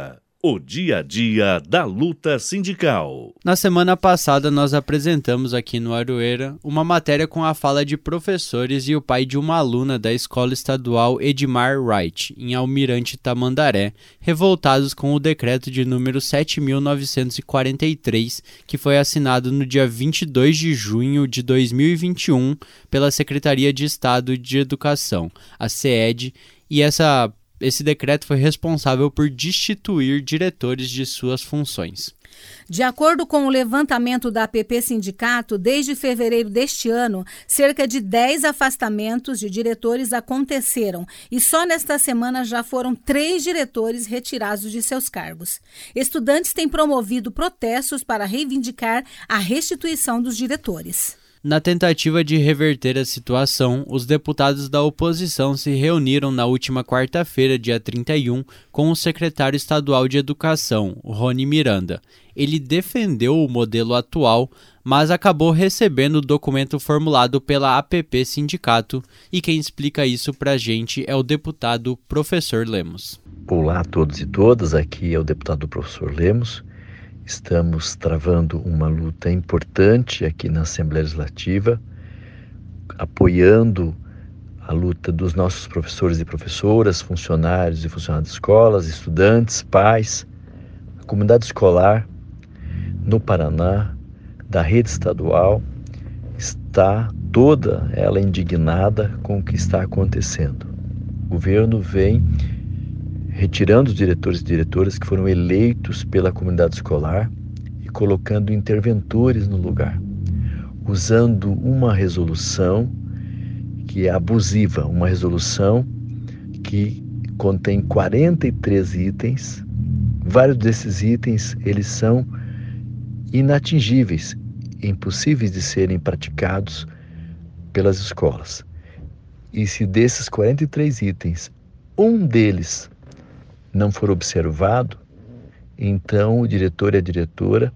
O dia a dia da luta sindical. Na semana passada nós apresentamos aqui no Aroeira uma matéria com a fala de professores e o pai de uma aluna da Escola Estadual Edmar Wright, em Almirante Tamandaré, revoltados com o decreto de número sete mil novecentos e quarenta e três, que foi assinado no dia vinte e dois de junho de dois mil e vinte e um pela Secretaria de Estado de Educação, a SEED, e essa Esse decreto foi responsável por destituir diretores de suas funções. De acordo com o levantamento da A P P Sindicato, desde fevereiro deste ano, cerca de dez afastamentos de diretores aconteceram e só nesta semana já foram três diretores retirados de seus cargos. Estudantes têm promovido protestos para reivindicar a restituição dos diretores. Na tentativa de reverter a situação, os deputados da oposição se reuniram na última quarta-feira, dia trinta e um, com o secretário estadual de Educação, Rony Miranda. Ele defendeu o modelo atual, mas acabou recebendo o documento formulado pela A P P Sindicato, e quem explica isso pra gente é o deputado professor Lemos. Olá a todos e todas, aqui é o deputado professor Lemos. Estamos travando uma luta importante aqui na Assembleia Legislativa, apoiando a luta dos nossos professores e professoras, funcionários e funcionárias de escolas, estudantes, pais, a comunidade escolar no Paraná, da rede estadual, está toda ela indignada com o que está acontecendo. O governo vem retirando os diretores e diretoras que foram eleitos pela comunidade escolar e colocando interventores no lugar, usando uma resolução que é abusiva, uma resolução que contém quarenta e três itens. Vários desses itens eles são inatingíveis, impossíveis de serem praticados pelas escolas. E se desses quarenta e três itens, um deles não for observado, então o diretor e a diretora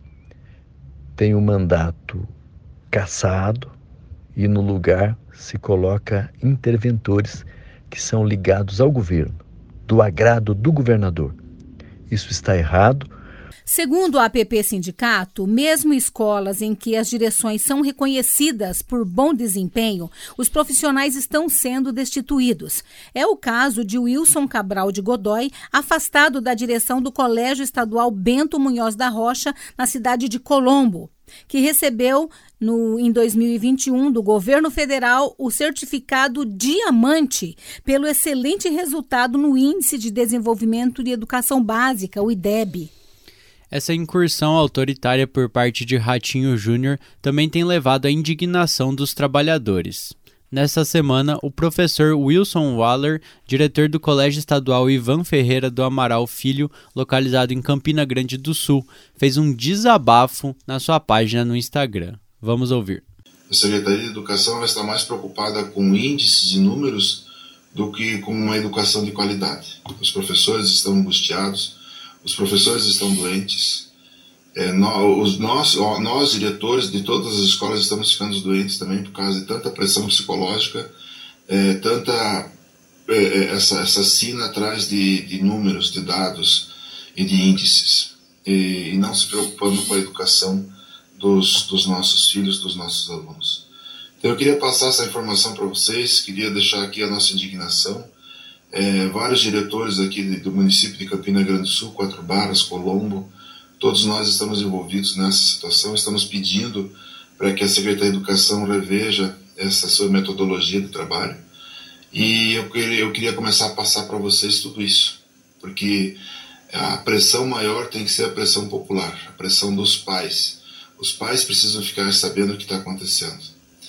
têm o mandato cassado e no lugar se coloca interventores que são ligados ao governo, do agrado do governador. Isso está errado. Segundo a A P P Sindicato, mesmo escolas em que as direções são reconhecidas por bom desempenho, os profissionais estão sendo destituídos. É o caso de Wilson Cabral de Godoy, afastado da direção do Colégio Estadual Bento Munhoz da Rocha, na cidade de Colombo, que recebeu no, em dois mil e vinte e um do governo federal o certificado Diamante pelo excelente resultado no Índice de Desenvolvimento de Educação Básica, o I D E B. Essa incursão autoritária por parte de Ratinho Júnior também tem levado à indignação dos trabalhadores. Nesta semana, o professor Wilson Waller, diretor do Colégio Estadual Ivan Ferreira do Amaral Filho, localizado em Campina Grande do Sul, fez um desabafo na sua página no Instagram. Vamos ouvir. A Secretaria de Educação está mais preocupada com índices e números do que com uma educação de qualidade. Os professores estão angustiados, os professores estão doentes, é, nós, nós, nós, diretores de todas as escolas, estamos ficando doentes também por causa de tanta pressão psicológica, é, tanta é, essa, essa sina atrás de, de números, de dados e de índices, e, e não se preocupando com a educação dos, dos nossos filhos, dos nossos alunos. Então eu queria passar essa informação para vocês, queria deixar aqui a nossa indignação. É, vários diretores aqui do município de Campina Grande do Sul, Quatro Barras, Colombo, todos nós estamos envolvidos nessa situação, estamos pedindo para que a Secretaria de Educação reveja essa sua metodologia de trabalho, e eu queria, eu queria começar a passar para vocês tudo isso, porque a pressão maior tem que ser a pressão popular, a pressão dos pais. Os pais precisam ficar sabendo o que está acontecendo,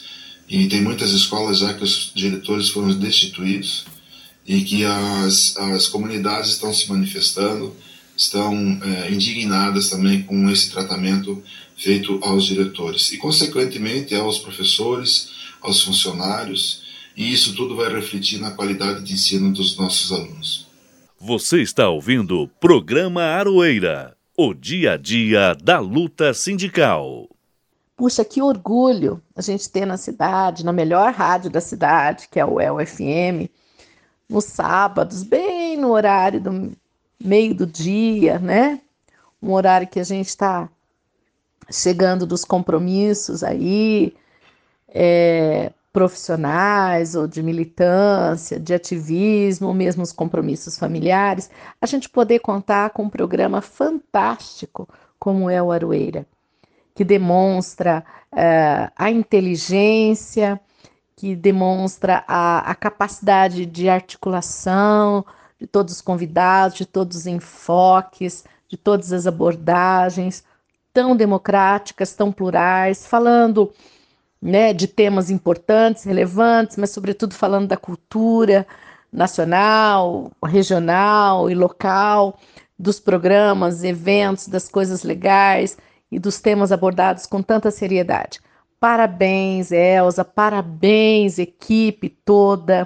e tem muitas escolas já que os diretores foram destituídos, e que as, as comunidades estão se manifestando, estão é, indignadas também com esse tratamento feito aos diretores e, consequentemente, aos professores, aos funcionários, e isso tudo vai refletir na qualidade de ensino dos nossos alunos. Você está ouvindo o programa Aroeira, o dia a dia da luta sindical. Puxa, que orgulho a gente ter na cidade, na melhor rádio da cidade, que é o U E L F M, nos sábados, bem no horário do, meio do dia, né? Um horário que a gente está chegando dos compromissos aí, é, profissionais ou de militância, de ativismo, ou mesmo os compromissos familiares, a gente poder contar com um programa fantástico como é o Aroeira, que demonstra é, a inteligência, que demonstra a, a capacidade de articulação de todos os convidados, de todos os enfoques, de todas as abordagens, tão democráticas, tão plurais, falando, né, de temas importantes, relevantes, mas sobretudo falando da cultura nacional, regional e local, dos programas, eventos, das coisas legais e dos temas abordados com tanta seriedade. Parabéns, Elza, parabéns, equipe toda.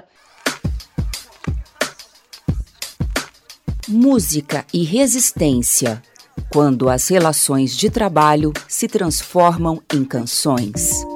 Música e resistência, quando as relações de trabalho se transformam em canções.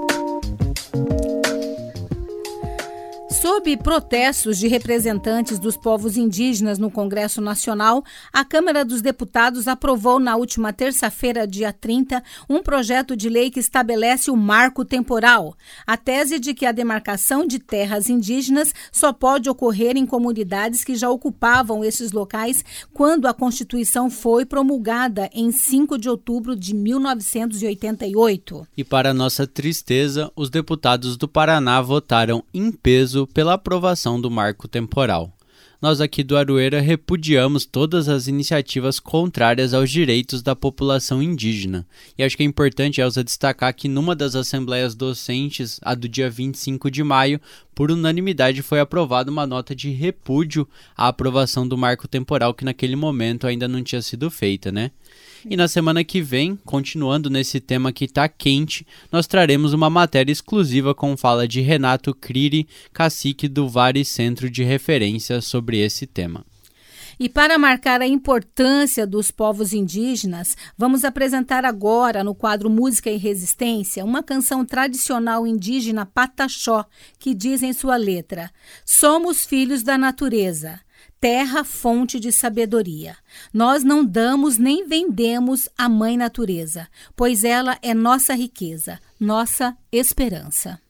Sob protestos de representantes dos povos indígenas no Congresso Nacional, a Câmara dos Deputados aprovou na última terça-feira, dia trinta, um projeto de lei que estabelece o marco temporal. A tese de que a demarcação de terras indígenas só pode ocorrer em comunidades que já ocupavam esses locais quando a Constituição foi promulgada em cinco de outubro de mil novecentos e oitenta e oito. E para nossa tristeza, os deputados do Paraná votaram em peso pela aprovação do marco temporal. Nós aqui do Aroeira repudiamos todas as iniciativas contrárias aos direitos da população indígena. E acho que é importante, Elza, destacar que numa das assembleias docentes, a do dia vinte e cinco de maio, por unanimidade foi aprovada uma nota de repúdio à aprovação do marco temporal, que naquele momento ainda não tinha sido feita, né? E na semana que vem, continuando nesse tema que está quente, nós traremos uma matéria exclusiva com fala de Renato Criri, cacique do Vale Centro de Referência sobre esse tema. E para marcar a importância dos povos indígenas, vamos apresentar agora, no quadro Música e Resistência, uma canção tradicional indígena pataxó, que diz em sua letra: somos filhos da natureza, terra fonte de sabedoria. Nós não damos nem vendemos a mãe natureza, pois ela é nossa riqueza, nossa esperança.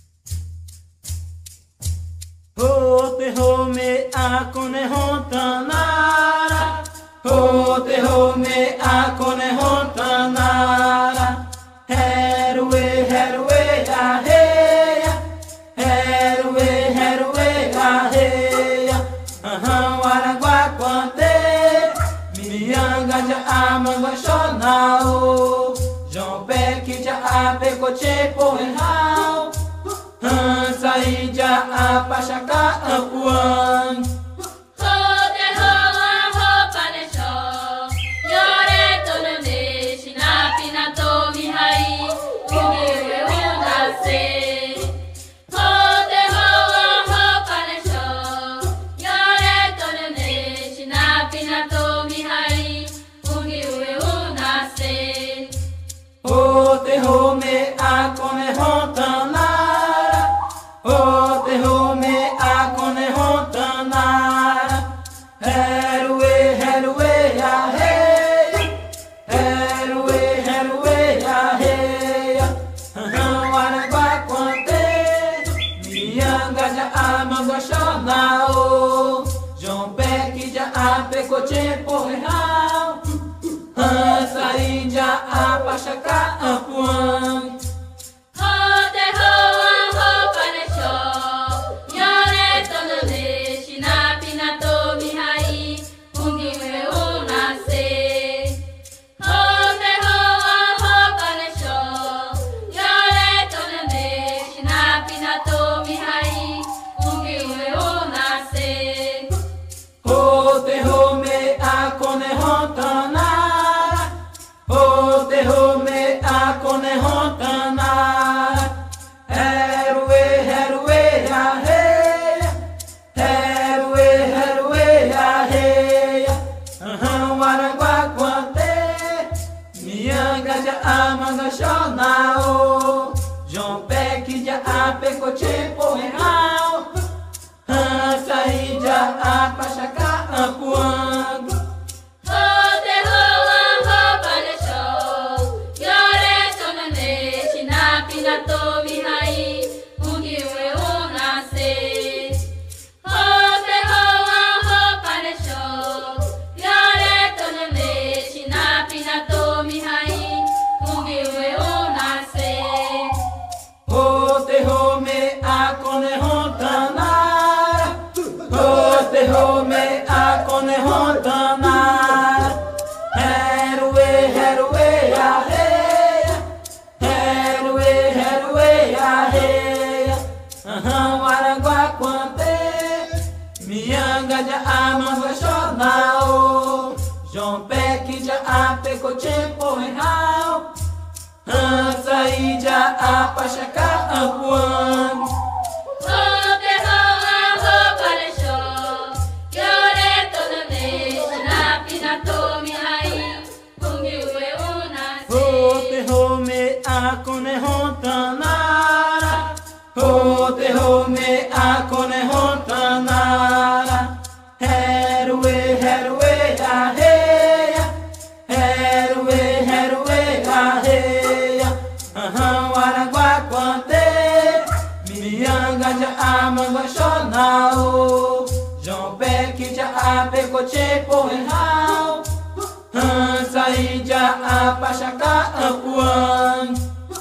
O terrome a conehontanara, o terrome a conehontanara, herue herue areia, herue herue areia, aham araguá quante, mianga já amanga chonao, João Peck já apecoche porrao. Saíja a pachaca ampuan. O terror me a conehontanara, o terror me a conehontanara, herue herue areia, herue herue areia, aham araguá quante, mianga já amanga chonao, João Peck já apecoche porrao. Saíja a pachaca ampuan. O terror me a conehontanara, o terror me a conehontanara, herue herue areia, herue herue areia, aham araguá quante, mianga já amanga chonao, João Peck já apecoche porrao, saíja a pachaca ampuan. saída a pachaca ampuan. Ote hoa ho palesho, yore toda vez na pinato mi hai, kungi ue una se. Ote ho me a kone hontanara, ote ho me a kone hontanara. Herwe herwe a heya, herwe herwe a heya. Aham aragua quante, mianga ja amanga shonao, João Beck ja apecoche poenhao. Han sai ja a pachaca ampuan.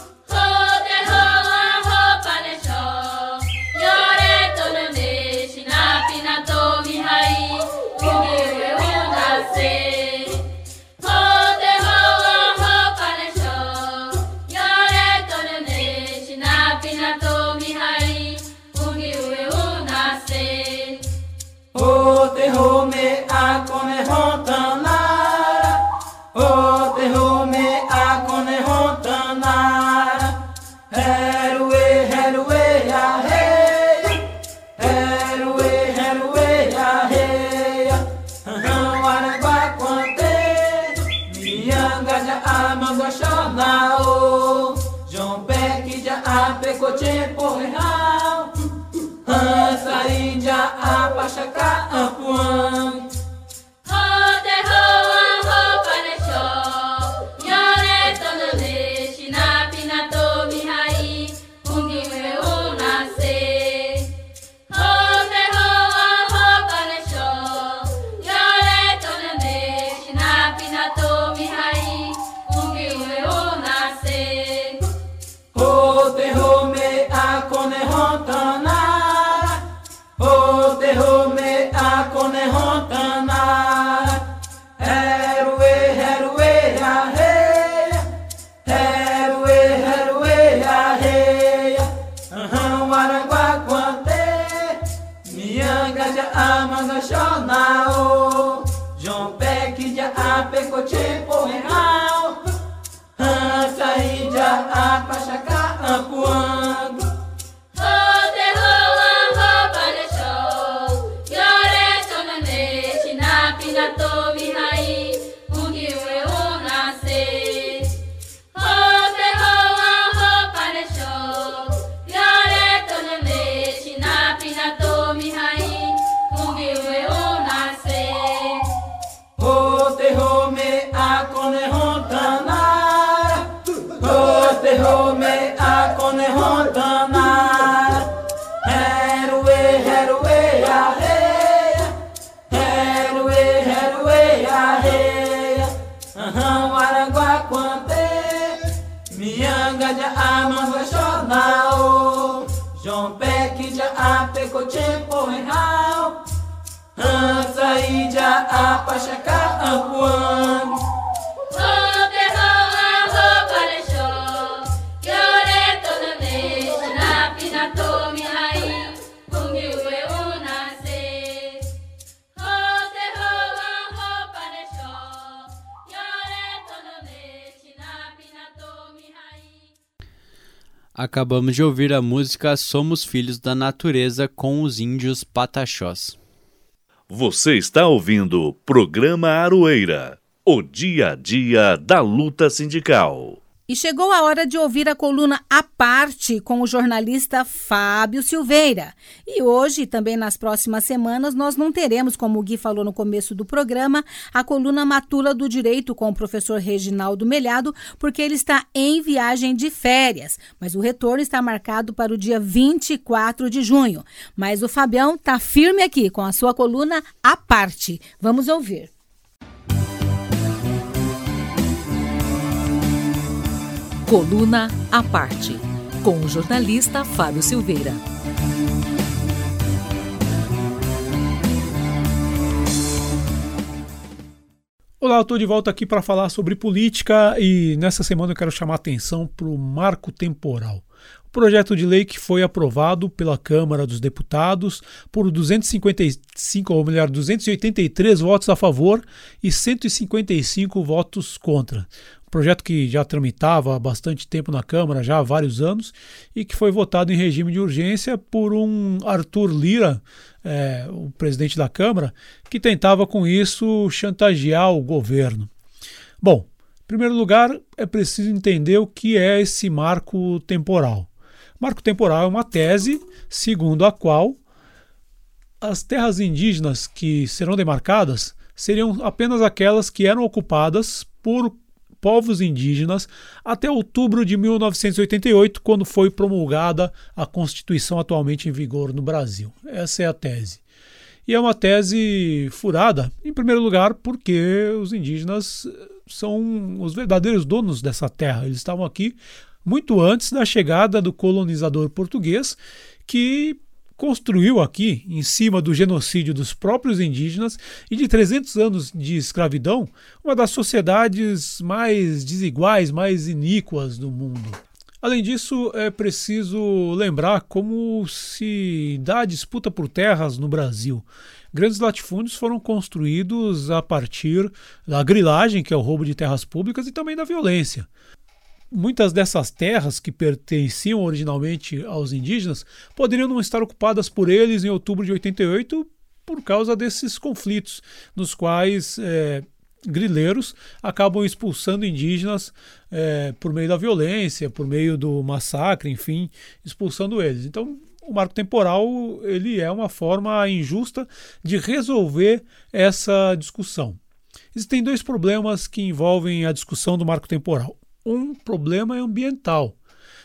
O te home a kone hontanara, o te home a kone hontanara. Herwe herwe a heya, herwe herwe a heya. Aham aragua quante, mianga ja amanga shonao, João Beck ja apecoche poenhao. Han saída a pachaca ampuan. Ote hoa ho palesho, yore toda vez na pinato mi hai, kungi ue una se. Ote hoa ho palesho, yore toda vez na pinato mi hai, kungi ue una se. Ote home a kone hontana, o te home a kone hontanara. Herwe herwe a heya, herwe herwe a heya. Aham aragua quante, mianga ja amanga shonao, João Beck ja apecoche poenhao. Han saída a pachaca ampuan. Pinato mi hai, kungi ue una se. Ote hoa ho palesho, yore toda vez na pinato mi hai, kungi ue una se. Ote home a kone hontanara, ote home a kone hontanara. Herwe herwe a heya, herwe herwe a heya. Aham aragua quante, mianga ja amanga shonao, João Beck ja apecoche poenhao. Han saída a pachaca ampuan. Ote hoa ho palesho, yore toda vez na pinato mi hai, kungi ue una se. Ote hoa ho palesho, yore toda vez na pinato mi hai. Acabamos de ouvir a música Somos Filhos da Natureza com os Índios Pataxós. Você está ouvindo o programa Aroeira, o dia a dia da luta sindical. E chegou a hora de ouvir a coluna À Parte com o jornalista Fábio Silveira. E hoje, também nas próximas semanas, nós não teremos, como o Gui falou no começo do programa, a coluna Matula do Direito com o professor Reginaldo Melhado, porque ele está em viagem de férias. Mas o retorno está marcado para o dia vinte e quatro de junho. Mas o Fabião está firme aqui com a sua coluna À Parte. Vamos ouvir. Coluna À Parte, com o jornalista Fábio Silveira. Olá, eu estou de volta aqui para falar sobre política e nessa semana eu quero chamar a atenção para o marco temporal. projeto de lei que foi aprovado pela Câmara dos Deputados por duzentos e cinquenta e cinco, ou melhor, duzentos e oitenta e três votos a favor e cento e cinquenta e cinco votos contra. Um projeto que já tramitava há bastante tempo na Câmara, já há vários anos, e que foi votado em regime de urgência por um Arthur Lira, é, o presidente da Câmara, que tentava com isso chantagear o governo. Bom, em primeiro lugar, é preciso entender o que é esse marco temporal. Marco temporal é uma tese segundo a qual as terras indígenas que serão demarcadas seriam apenas aquelas que eram ocupadas por povos indígenas até outubro de mil novecentos e oitenta e oito, quando foi promulgada a Constituição atualmente em vigor no Brasil. Essa é a tese. E é uma tese furada, em primeiro lugar, porque os indígenas são os verdadeiros donos dessa terra. Eles estavam aqui muito antes da chegada do colonizador português, que construiu aqui, em cima do genocídio dos próprios indígenas e de trezentos anos de escravidão, uma das sociedades mais desiguais, mais iníquas do mundo. Além disso, é preciso lembrar como se dá a disputa por terras no Brasil. Grandes latifúndios foram construídos a partir da grilagem, que é o roubo de terras públicas, e também da violência. Muitas dessas terras que pertenciam originalmente aos indígenas poderiam não estar ocupadas por eles em outubro de oitenta e oito por causa desses conflitos, nos quais é, grileiros acabam expulsando indígenas é, por meio da violência, por meio do massacre, enfim, expulsando eles. Então, o marco temporal ele é uma forma injusta de resolver essa discussão. Existem dois problemas que envolvem a discussão do marco temporal. Um problema é ambiental.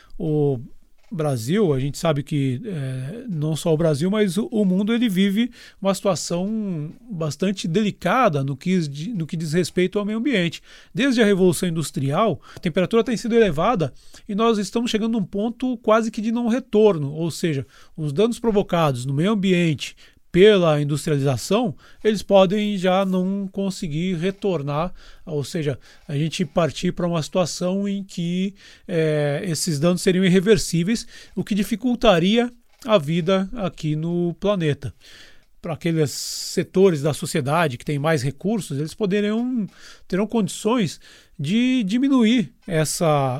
O Brasil, a gente sabe que é, não só o Brasil, mas o, o mundo ele vive uma situação bastante delicada no que, no que diz respeito ao meio ambiente. Desde a Revolução Industrial, a temperatura tem sido elevada e nós estamos chegando a um ponto quase que de não retorno, ou seja, os danos provocados no meio ambiente pela industrialização, eles podem já não conseguir retornar, ou seja, a gente partir para uma situação em que é, esses danos seriam irreversíveis, o que dificultaria a vida aqui no planeta. Para aqueles setores da sociedade que têm mais recursos, eles poderiam terão condições de diminuir essa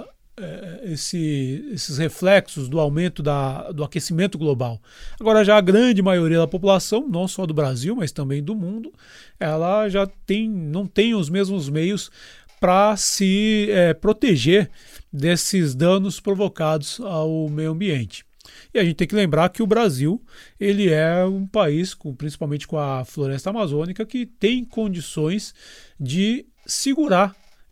Esse, esses reflexos do aumento da, do aquecimento global. Agora, já a grande maioria da população, não só do Brasil, mas também do mundo, ela já tem, não tem os mesmos meios para se é, proteger desses danos provocados ao meio ambiente. E a gente tem que lembrar que o Brasil ele é um país, com, principalmente com a floresta amazônica, que tem condições de segurar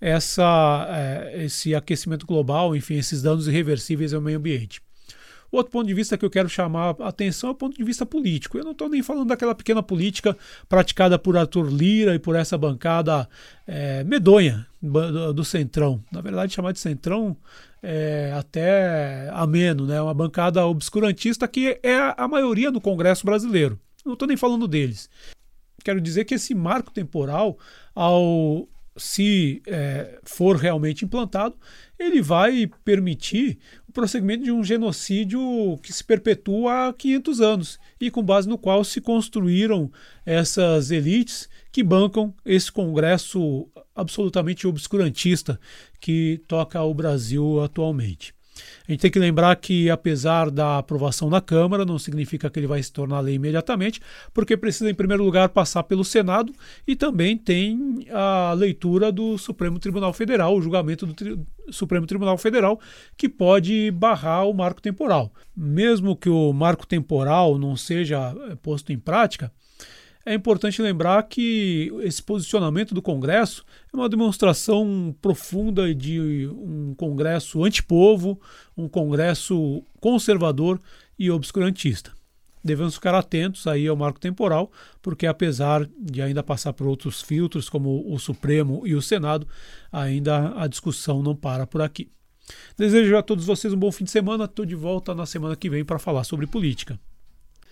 Essa, é, esse aquecimento global, enfim, esses danos irreversíveis ao meio ambiente. O outro ponto de vista que eu quero chamar a atenção é o ponto de vista político. Eu não estou nem falando daquela pequena política praticada por Arthur Lira e por essa bancada é, medonha do, do Centrão. Na verdade, chamar de Centrão é até ameno, né? Uma bancada obscurantista que é a maioria do Congresso brasileiro. Não estou nem falando deles. Quero dizer que esse marco temporal, ao se é, for realmente implantado, ele vai permitir o prosseguimento de um genocídio que se perpetua há quinhentos anos e com base no qual se construíram essas elites que bancam esse Congresso absolutamente obscurantista que toca o Brasil atualmente. A gente tem que lembrar que, apesar da aprovação na Câmara, não significa que ele vai se tornar lei imediatamente, porque precisa, em primeiro lugar, passar pelo Senado e também tem a leitura do Supremo Tribunal Federal, o julgamento do Tri- Supremo Tribunal Federal, que pode barrar o marco temporal. Mesmo que o marco temporal não seja posto em prática, é importante lembrar que esse posicionamento do Congresso é uma demonstração profunda de um Congresso antipovo, um Congresso conservador e obscurantista. Devemos ficar atentos aí ao marco temporal, porque apesar de ainda passar por outros filtros, como o Supremo e o Senado, ainda a discussão não para por aqui. Desejo a todos vocês um bom fim de semana. Estou de volta na semana que vem para falar sobre política.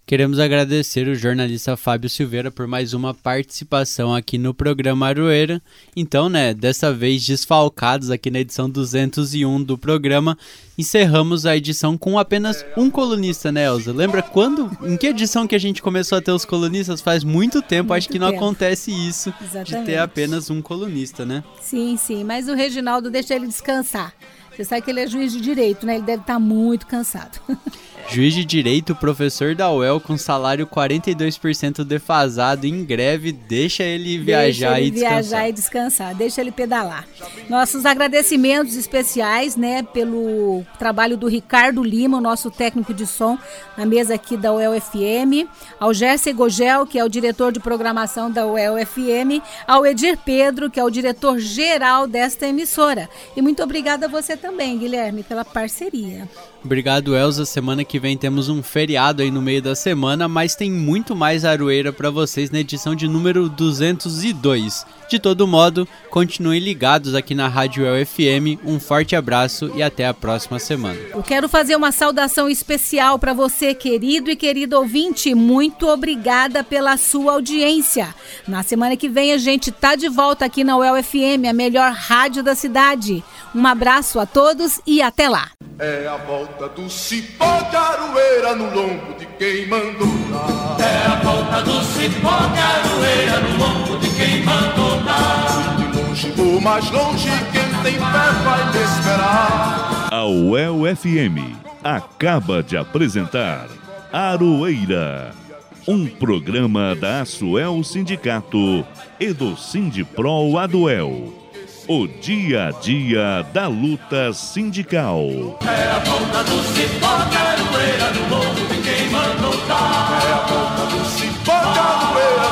Queremos agradecer o jornalista Fábio Silveira por mais uma participação aqui no programa Aroeira. Então, né, dessa vez desfalcados aqui na edição duzentos e um do programa, encerramos a edição com apenas um colunista, né, Elza? Lembra quando, em que edição que a gente começou a ter os colunistas? Faz muito tempo, muito acho que não tempo. acontece isso. Exatamente. De ter apenas um colunista, né? Sim, sim, mas o Reginaldo deixa ele descansar. Você sabe que ele é juiz de direito, né? Ele deve estar muito cansado. Juiz de direito, professor da U E L, com salário quarenta e dois por cento defasado, em greve, deixa ele viajar deixa ele e descansar. viajar e descansar, deixa ele pedalar. Nossos agradecimentos especiais, né, pelo trabalho do Ricardo Lima, o nosso técnico de som, na mesa aqui da U E L F M, ao Gerson Gogel, que é o diretor de programação da U E L F M, ao Edir Pedro, que é o diretor-geral desta emissora. E muito obrigada a você também, Guilherme, pela parceria. Obrigado, Elza. Semana que vem temos um feriado aí no meio da semana, mas tem muito mais Aroeira para vocês na edição de número duzentos e dois. De todo modo, continuem ligados aqui na Rádio U E L F M. Um forte abraço e até a próxima semana. Eu quero fazer uma saudação especial para você, querido e querido ouvinte. Muito obrigada pela sua audiência. Na semana que vem a gente tá de volta aqui na U E L F M, a melhor rádio da cidade. Um abraço a todos e até lá. É a volta do cipó de Aroeira no lombo de quem mandou dar. É a volta do cipó de Aroeira no lombo de quem mandou dar. De longe ou mais longe, quem tem fé vai me esperar. A U E L F M acaba de apresentar Aroeira, um programa da Asuel Sindicato e do Sindipro Aduel. O dia a dia da luta sindical. É a volta do cipó de Aroeira no lombo de quem mandou dar. É a volta do cipó de Aroeira